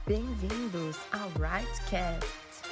Bem-vindos ao Rightcast.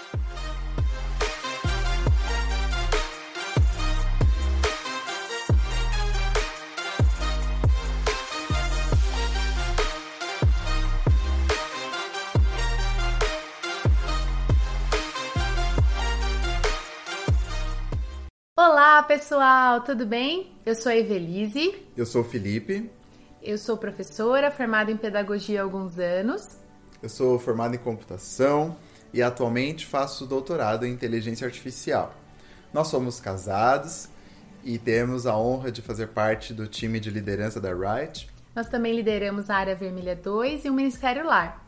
Olá, pessoal, tudo bem? Eu sou a Evelise. Eu sou o Felipe. Eu sou professora, formada em pedagogia há alguns anos. Eu sou formado em computação e atualmente faço doutorado em inteligência artificial. Nós somos casados e temos a honra de fazer parte do time de liderança da Right. Nós também lideramos a Área Vermelha 2 e o Ministério Lar.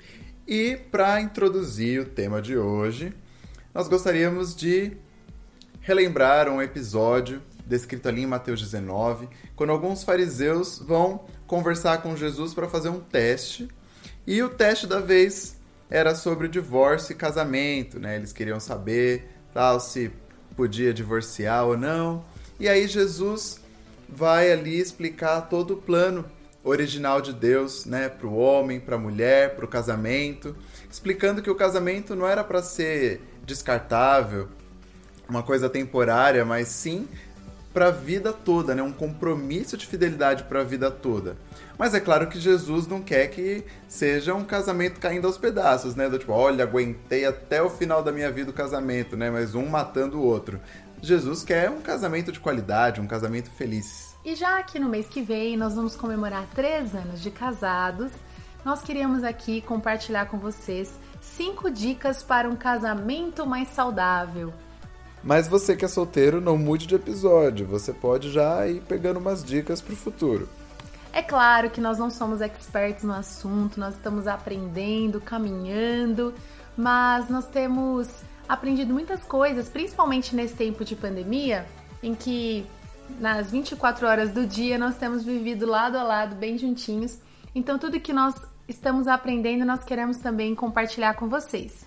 E para introduzir o tema de hoje, nós gostaríamos de relembrar um episódio descrito ali em Mateus 19, quando alguns fariseus vão conversar com Jesus para fazer um teste. E o teste da vez era sobre o divórcio e casamento, né? Eles queriam saber se podia divorciar ou não. E aí Jesus vai ali explicar todo o plano original de Deus, né? Para o homem, para a mulher, para o casamento. Explicando que o casamento não era para ser descartável, uma coisa temporária, mas sim para a vida toda, né? Um compromisso de fidelidade para a vida toda. Mas é claro que Jesus não quer que seja um casamento caindo aos pedaços, né? Do tipo, olha, aguentei até o final da minha vida o casamento, né? Mas um matando o outro. Jesus quer um casamento de qualidade, um casamento feliz. E já que no mês que vem nós vamos comemorar 3 anos de casados, nós queríamos aqui compartilhar com vocês 5 dicas para um casamento mais saudável. Mas você que é solteiro, não mude de episódio. Você pode já ir pegando umas dicas pro futuro. É claro que nós não somos experts no assunto, nós estamos aprendendo, caminhando, mas nós temos aprendido muitas coisas, principalmente nesse tempo de pandemia, em que nas 24 horas do dia nós temos vivido lado a lado, bem juntinhos. Então tudo que nós estamos aprendendo, nós queremos também compartilhar com vocês.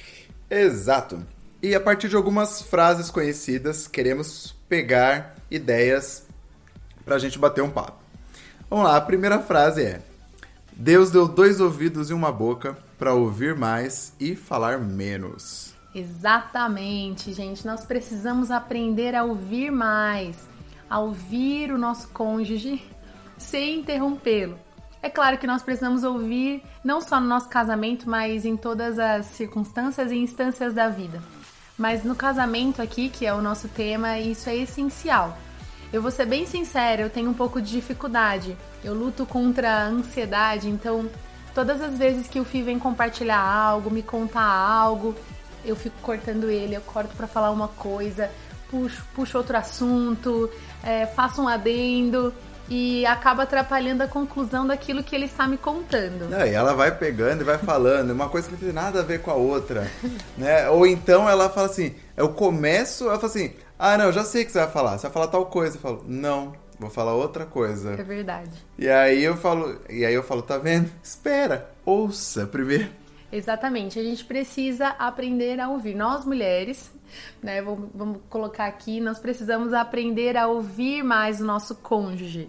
Exato! E a partir de algumas frases conhecidas, queremos pegar ideias pra gente bater um papo. Vamos lá, a primeira frase é: Deus deu 2 ouvidos e uma boca para ouvir mais e falar menos. Exatamente, gente. Nós precisamos aprender a ouvir mais, a ouvir o nosso cônjuge sem interrompê-lo. É claro que nós precisamos ouvir não só no nosso casamento, mas em todas as circunstâncias e instâncias da vida. Mas no casamento aqui, que é o nosso tema, isso é essencial. Eu vou ser bem sincera, eu tenho um pouco de dificuldade. Eu luto contra a ansiedade, então todas as vezes que o Fih vem compartilhar algo, me contar algo, eu fico cortando ele, eu corto pra falar uma coisa, puxo outro assunto, faço um adendo e acaba atrapalhando a conclusão daquilo que ele está me contando. E ela vai pegando e vai falando, uma coisa que não tem nada a ver com a outra, né? Ou então ela fala assim, eu começo, ela fala assim, não, já sei o que você vai falar tal coisa. Eu falo, não, vou falar outra coisa. É verdade. E aí eu falo, tá vendo? Espera, ouça primeiro. Exatamente, a gente precisa aprender a ouvir. Nós mulheres, né, vamos colocar aqui, nós precisamos aprender a ouvir mais o nosso cônjuge.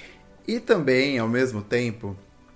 E também, ao mesmo tempo,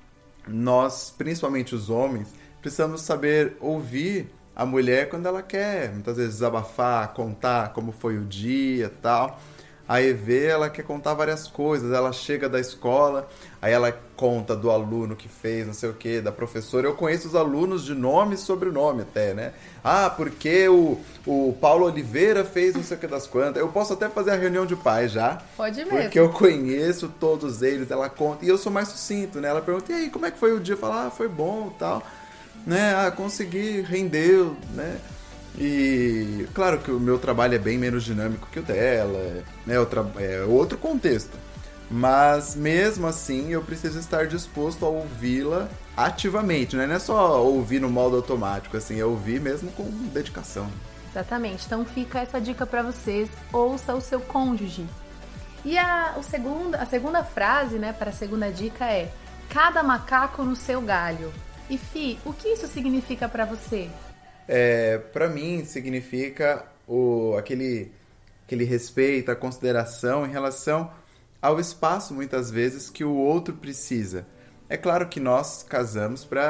nós, principalmente os homens, precisamos saber ouvir a mulher quando ela quer, muitas vezes, desabafar, contar como foi o dia e tal. A EV, ela quer contar várias coisas, ela chega da escola, aí ela conta do aluno que fez, não sei o que, da professora. Eu conheço os alunos de nome e sobrenome até, né? Porque o Paulo Oliveira fez não sei o que das quantas. Eu posso até fazer a reunião de pais já. Pode mesmo. Porque eu conheço todos eles, ela conta. E eu sou mais sucinto, né? Ela pergunta, e aí, como é que foi o dia? Eu falo, foi bom e tal. Né? Consegui, rendeu, né? E claro que o meu trabalho é bem menos dinâmico que o dela, né? É outro contexto. Mas mesmo assim eu preciso estar disposto a ouvi-la ativamente, né? Não é só ouvir no modo automático, assim, é ouvir mesmo com dedicação. Exatamente, então fica essa dica para vocês, ouça o seu cônjuge. E a segunda frase, né, para a segunda dica é: cada macaco no seu galho. E Fih, o que isso significa para você? Para mim significa aquele respeito, a consideração em relação ao espaço, muitas vezes, que o outro precisa. É claro que nós casamos para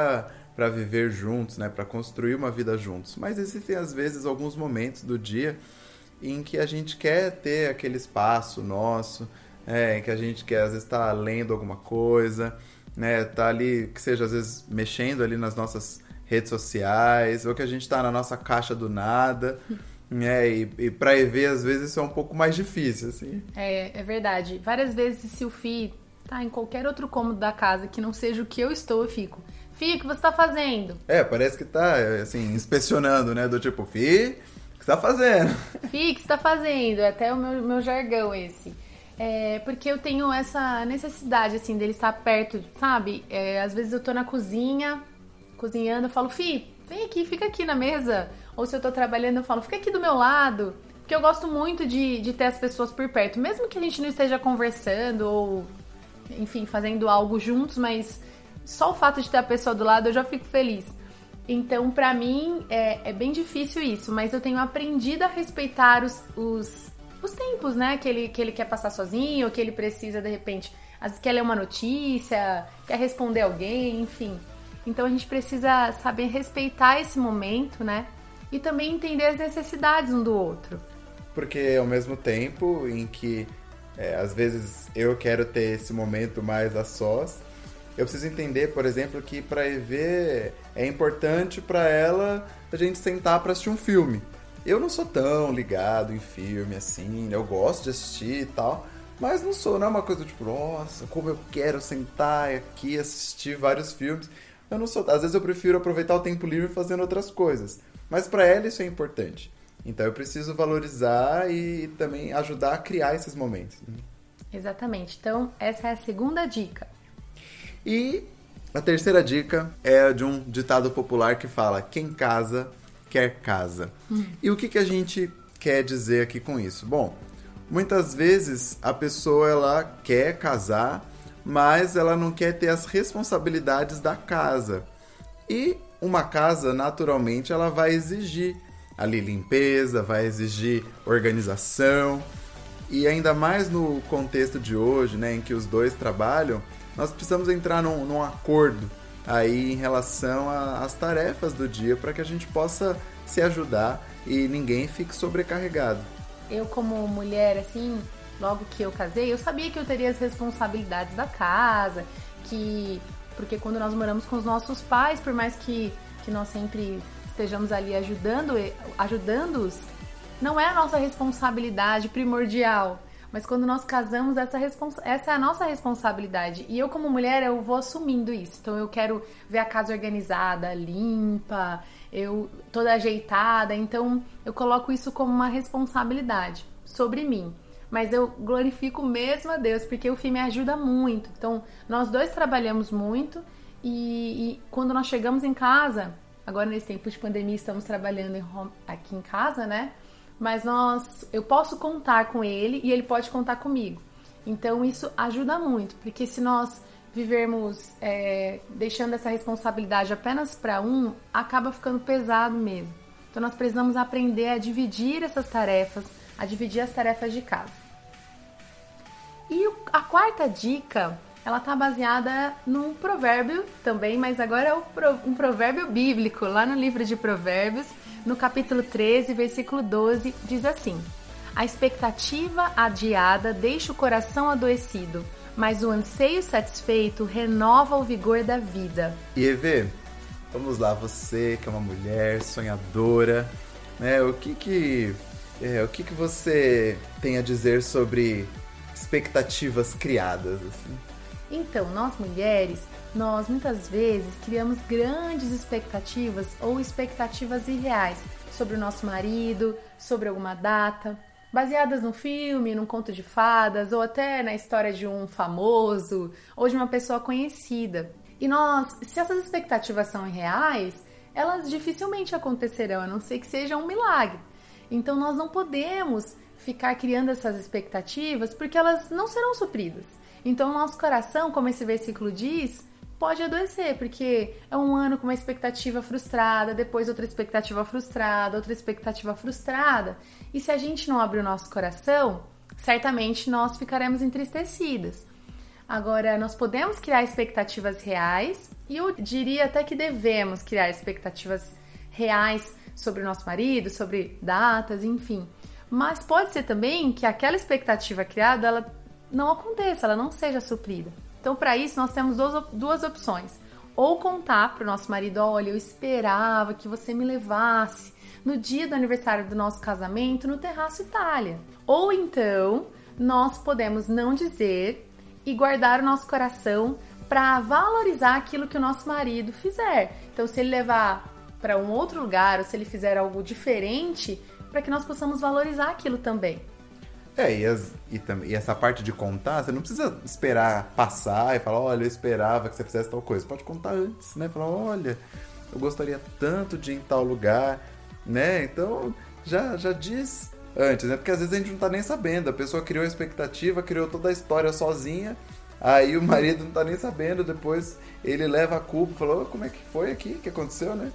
para viver juntos, né, para construir uma vida juntos. Mas existem às vezes alguns momentos do dia em que a gente quer ter aquele espaço nosso, em que a gente quer às vezes estar lendo alguma coisa, né, tá ali, que seja às vezes mexendo ali nas nossas redes sociais, ou que a gente tá na nossa caixa do nada, né, e pra EV às vezes isso é um pouco mais difícil, assim. É verdade. Várias vezes, se o Fih tá em qualquer outro cômodo da casa que não seja o que eu estou, eu fico: Fih, o que você tá fazendo? Parece que tá, assim, inspecionando, né, do tipo: Fih, o que você tá fazendo? Fih, o que você tá fazendo? É até o meu jargão esse. Porque eu tenho essa necessidade, assim, dele estar perto, sabe? Às vezes eu tô na cozinha, cozinhando, eu falo: Fih, vem aqui, fica aqui na mesa. Ou se eu tô trabalhando, eu falo: fica aqui do meu lado. Porque eu gosto muito de ter as pessoas por perto. Mesmo que a gente não esteja conversando ou, enfim, fazendo algo juntos, mas só o fato de ter a pessoa do lado eu já fico feliz. Então, pra mim, é bem difícil isso. Mas eu tenho aprendido a respeitar os tempos, né? Que ele quer passar sozinho, ou que ele precisa, de repente, às vezes quer ler uma notícia, quer responder alguém, enfim. Então a gente precisa saber respeitar esse momento, né? E também entender as necessidades um do outro. Porque ao mesmo tempo em que às vezes eu quero ter esse momento mais a sós, eu preciso entender, por exemplo, que para EV é importante para ela a gente sentar para assistir um filme. Eu não sou tão ligado em filme assim, eu gosto de assistir e tal, mas não é uma coisa tipo: nossa, como eu quero sentar aqui e assistir vários filmes. Eu não sou, às vezes eu prefiro aproveitar o tempo livre fazendo outras coisas, mas para ela isso é importante. Então eu preciso valorizar e também ajudar a criar esses momentos. Exatamente. Então essa é a segunda dica. E a terceira dica é de um ditado popular que fala: quem casa, quer casa. E o que a gente quer dizer aqui com isso? Bom, muitas vezes a pessoa ela quer casar, mas ela não quer ter as responsabilidades da casa. E uma casa, naturalmente, ela vai exigir ali limpeza, vai exigir organização. E ainda mais no contexto de hoje, né, em que os dois trabalham, nós precisamos entrar num acordo aí em relação às tarefas do dia para que a gente possa se ajudar e ninguém fique sobrecarregado. Eu, como mulher, assim, logo que eu casei, eu sabia que eu teria as responsabilidades da casa, porque quando nós moramos com os nossos pais, por mais que nós sempre estejamos ali ajudando-os, não é a nossa responsabilidade primordial. Mas quando nós casamos, essa é a nossa responsabilidade. E eu, como mulher, eu vou assumindo isso. Então, eu quero ver a casa organizada, limpa, toda ajeitada. Então, eu coloco isso como uma responsabilidade sobre mim. Mas eu glorifico mesmo a Deus, porque o Fih me ajuda muito. Então, nós dois trabalhamos muito. E quando nós chegamos em casa, agora nesse tempo de pandemia, estamos trabalhando aqui em casa, né? Mas eu posso contar com ele e ele pode contar comigo. Então isso ajuda muito, porque se nós vivermos deixando essa responsabilidade apenas para um, acaba ficando pesado mesmo. Então nós precisamos aprender a dividir essas tarefas, a dividir as tarefas de casa. E a quarta dica, ela está baseada num provérbio também, mas agora é um provérbio bíblico, lá no livro de Provérbios. No capítulo 13, versículo 12, diz assim: a expectativa adiada deixa o coração adoecido, mas o anseio satisfeito renova o vigor da vida. E Evê, vamos lá, você que é uma mulher sonhadora, né? O que você tem a dizer sobre expectativas criadas, assim? Então, nós mulheres, nós muitas vezes criamos grandes expectativas ou expectativas irreais sobre o nosso marido, sobre alguma data, baseadas num filme, num conto de fadas ou até na história de um famoso ou de uma pessoa conhecida. E se essas expectativas são irreais, elas dificilmente acontecerão, a não ser que seja um milagre. Então nós não podemos ficar criando essas expectativas porque elas não serão supridas. Então o nosso coração, como esse versículo diz, pode adoecer, porque é um ano com uma expectativa frustrada, depois outra expectativa frustrada. E se a gente não abrir o nosso coração, certamente nós ficaremos entristecidas. Agora, nós podemos criar expectativas reais E eu diria até que devemos criar expectativas reais sobre o nosso marido, sobre datas, enfim. Mas pode ser também que aquela expectativa criada, ela não aconteça, ela não seja suprida. Então, para isso, nós temos duas opções. Ou contar para o nosso marido, olha, eu esperava que você me levasse no dia do aniversário do nosso casamento no Terraço Itália. Ou então, nós podemos não dizer e guardar o nosso coração para valorizar aquilo que o nosso marido fizer. Então, se ele levar para um outro lugar ou se ele fizer algo diferente, para que nós possamos valorizar aquilo também. E essa parte de contar, você não precisa esperar passar e falar, olha, eu esperava que você fizesse tal coisa. Você pode contar antes, né? Falar, olha, eu gostaria tanto de ir em tal lugar, né? Então, já diz antes, né? Porque às vezes a gente não tá nem sabendo. A pessoa criou a expectativa, criou toda a história sozinha, aí o marido não tá nem sabendo, depois ele leva a culpa, falou, como é que foi aqui, o que aconteceu, né?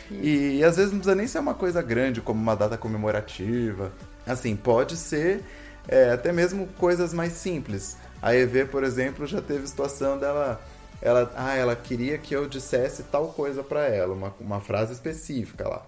E às vezes não precisa nem ser uma coisa grande, como uma data comemorativa. Assim, pode ser até mesmo coisas mais simples. A EV, por exemplo, já teve situação dela... Ela queria que eu dissesse tal coisa pra ela, uma frase específica lá.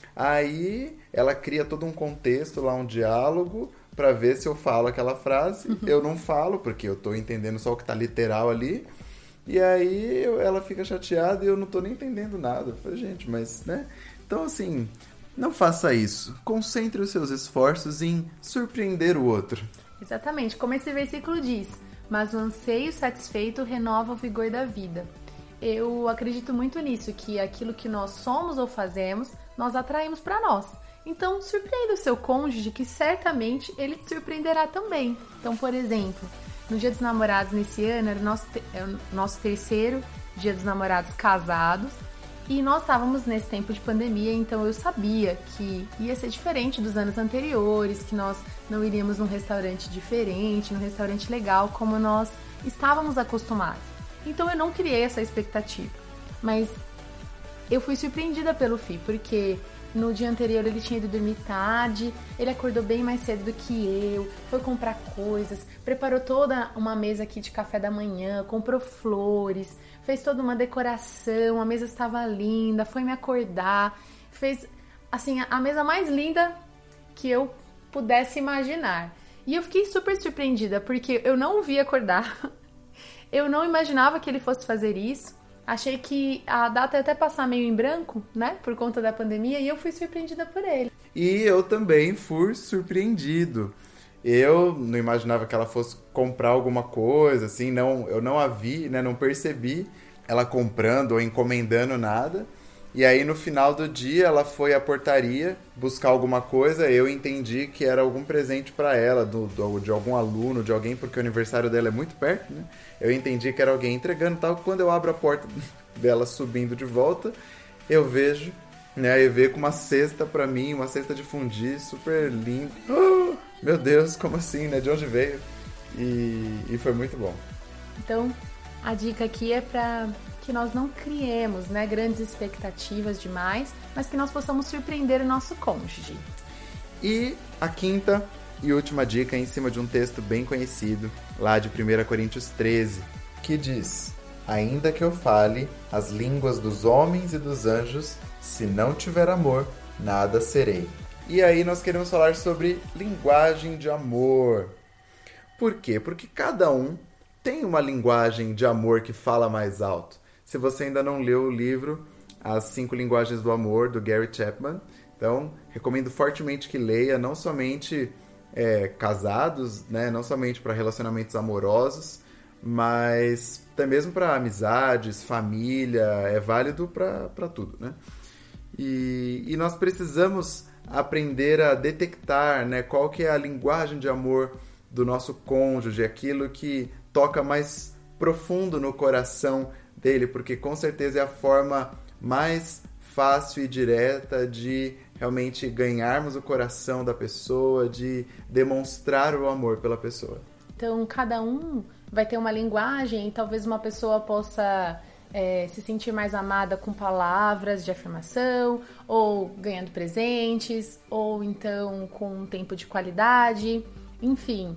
Aí ela cria todo um contexto lá, um diálogo, pra ver se eu falo aquela frase. Eu não falo, porque eu tô entendendo só o que tá literal ali. E aí ela fica chateada e eu não tô nem entendendo nada. Eu falei, gente, mas, né? Então, assim, não faça isso. Concentre os seus esforços em surpreender o outro. Exatamente, como esse versículo diz, mas o anseio satisfeito renova o vigor da vida. Eu acredito muito nisso, que aquilo que nós somos ou fazemos, nós atraímos para nós. Então, surpreenda o seu cônjuge, que certamente ele te surpreenderá também. Então, por exemplo, no Dia dos Namorados nesse ano, era o nosso terceiro Dia dos Namorados casados. E nós estávamos nesse tempo de pandemia, então eu sabia que ia ser diferente dos anos anteriores, que nós não iríamos num restaurante diferente, num restaurante legal, como nós estávamos acostumados. Então eu não criei essa expectativa. Mas eu fui surpreendida pelo Fih, porque no dia anterior ele tinha ido dormir tarde, ele acordou bem mais cedo do que eu, foi comprar coisas, preparou toda uma mesa aqui de café da manhã, comprou flores, fez toda uma decoração, a mesa estava linda, foi me acordar, fez assim a mesa mais linda que eu pudesse imaginar. E eu fiquei super surpreendida, porque eu não o vi acordar, eu não imaginava que ele fosse fazer isso. Achei que a data ia até passar meio em branco, né? Por conta da pandemia, e eu fui surpreendida por ele. E eu também fui surpreendido. Eu não imaginava que ela fosse comprar alguma coisa, assim, eu não a vi, né? Não percebi ela comprando ou encomendando nada. E aí, no final do dia, ela foi à portaria buscar alguma coisa. Eu entendi que era algum presente para ela, de algum aluno, de alguém, porque o aniversário dela é muito perto, né? Eu entendi que era alguém entregando e tal. Quando eu abro a porta dela subindo de volta, eu vejo, né, a EV com uma cesta para mim, uma cesta de fondue super linda. Oh, meu Deus, como assim, né? De onde veio? E foi muito bom. Então, a dica aqui é para que nós não criemos, né, grandes expectativas demais, mas que nós possamos surpreender o nosso cônjuge. E a quinta e última dica é em cima de um texto bem conhecido, lá de 1 Coríntios 13, que diz: ainda que eu fale as línguas dos homens e dos anjos, se não tiver amor, nada serei. E aí nós queremos falar sobre linguagem de amor. Por quê? Porque cada um tem uma linguagem de amor que fala mais alto. Se você ainda não leu o livro As 5 Linguagens do Amor, do Gary Chapman, então recomendo fortemente que leia, não somente casados, né? Não somente para relacionamentos amorosos, mas até mesmo para amizades, família, é válido para tudo, né? E nós precisamos aprender a detectar, né, qual que é a linguagem de amor do nosso cônjuge, aquilo que toca mais profundo no coração dele, porque com certeza é a forma mais fácil e direta de realmente ganharmos o coração da pessoa, de demonstrar o amor pela pessoa. Então, cada um vai ter uma linguagem e talvez uma pessoa possa se sentir mais amada com palavras de afirmação, ou ganhando presentes, ou então com um tempo de qualidade, enfim.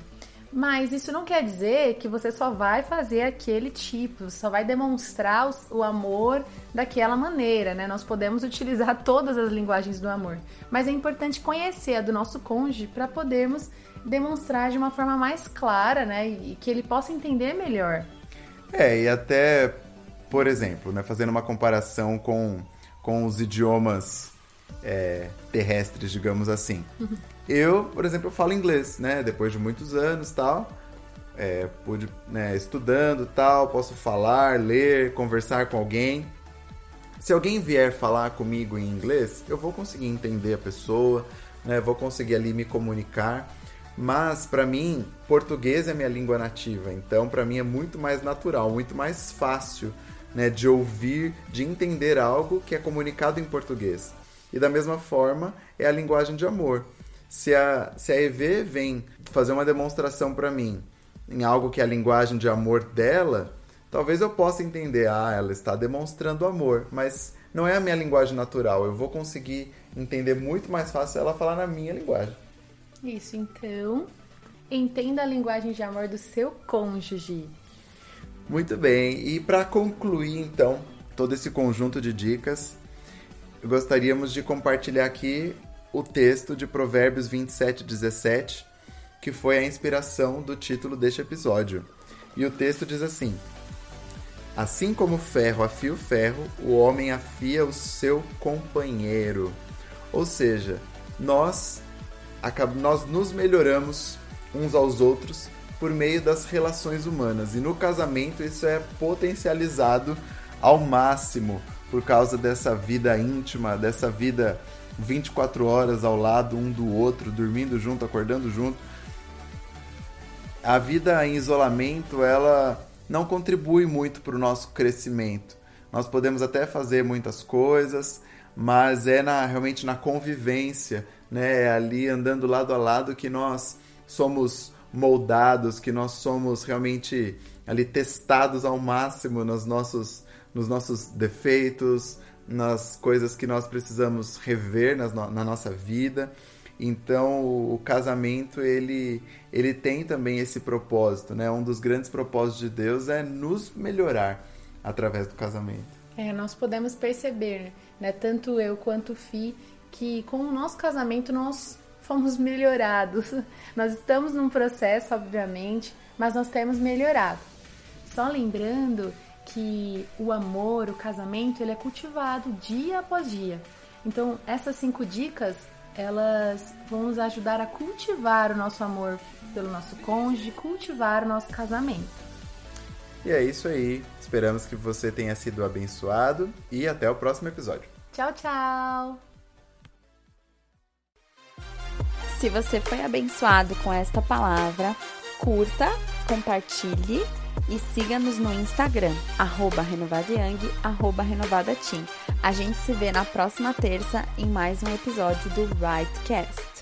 Mas isso não quer dizer que você só vai fazer aquele tipo, você só vai demonstrar o amor daquela maneira, né? Nós podemos utilizar todas as linguagens do amor, mas é importante conhecer a do nosso cônjuge para podermos demonstrar de uma forma mais clara, né? E que ele possa entender melhor. E até, por exemplo, né, fazendo uma comparação com os idiomas terrestres, digamos assim. Eu, por exemplo, falo inglês, né? Depois de muitos anos, tal, pude, né, estudando, tal, posso falar, ler, conversar com alguém. Se alguém vier falar comigo em inglês, eu vou conseguir entender a pessoa, né? Vou conseguir ali me comunicar. Mas, para mim, português é minha língua nativa. Então, para mim, é muito mais natural, muito mais fácil, né, de ouvir, de entender algo que é comunicado em português. E da mesma forma, é a linguagem de amor. Se a EV vem fazer uma demonstração para mim em algo que é a linguagem de amor dela, talvez eu possa entender, ela está demonstrando amor, mas não é a minha linguagem natural. Eu vou conseguir entender muito mais fácil ela falar na minha linguagem. Isso, então, entenda a linguagem de amor do seu cônjuge. Muito bem, e para concluir, então, todo esse conjunto de dicas, gostaríamos de compartilhar aqui o texto de Provérbios 27:17, que foi a inspiração do título deste episódio. E o texto diz assim: assim como o ferro afia o ferro, o homem afia o seu companheiro. Ou seja, nós nos melhoramos uns aos outros por meio das relações humanas. E no casamento isso é potencializado ao máximo por causa dessa vida íntima, dessa vida 24 horas ao lado um do outro, dormindo junto, acordando junto. A vida em isolamento, ela não contribui muito para o nosso crescimento. Nós podemos até fazer muitas coisas, mas realmente na convivência, né? É ali andando lado a lado que nós somos moldados, que nós somos realmente ali testados ao máximo nos nossos defeitos, nas coisas que nós precisamos rever na nossa vida. Então o casamento ele tem também esse propósito, né? Um dos grandes propósitos de Deus é nos melhorar através do casamento. Nós podemos perceber, né, tanto eu quanto o Fih, que com o nosso casamento nós fomos melhorados. Nós estamos num processo, obviamente, mas nós temos melhorado. Só lembrando que o amor, o casamento, ele é cultivado dia após dia. Então, essas 5 dicas, elas vão nos ajudar a cultivar o nosso amor pelo nosso cônjuge, cultivar o nosso casamento. E é isso aí. Esperamos que você tenha sido abençoado e até o próximo episódio. Tchau, tchau! Se você foi abençoado com esta palavra, curta, compartilhe e siga-nos no Instagram, @renovadayoung, @renovadateam. A gente se vê na próxima terça em mais um episódio do Rightcast.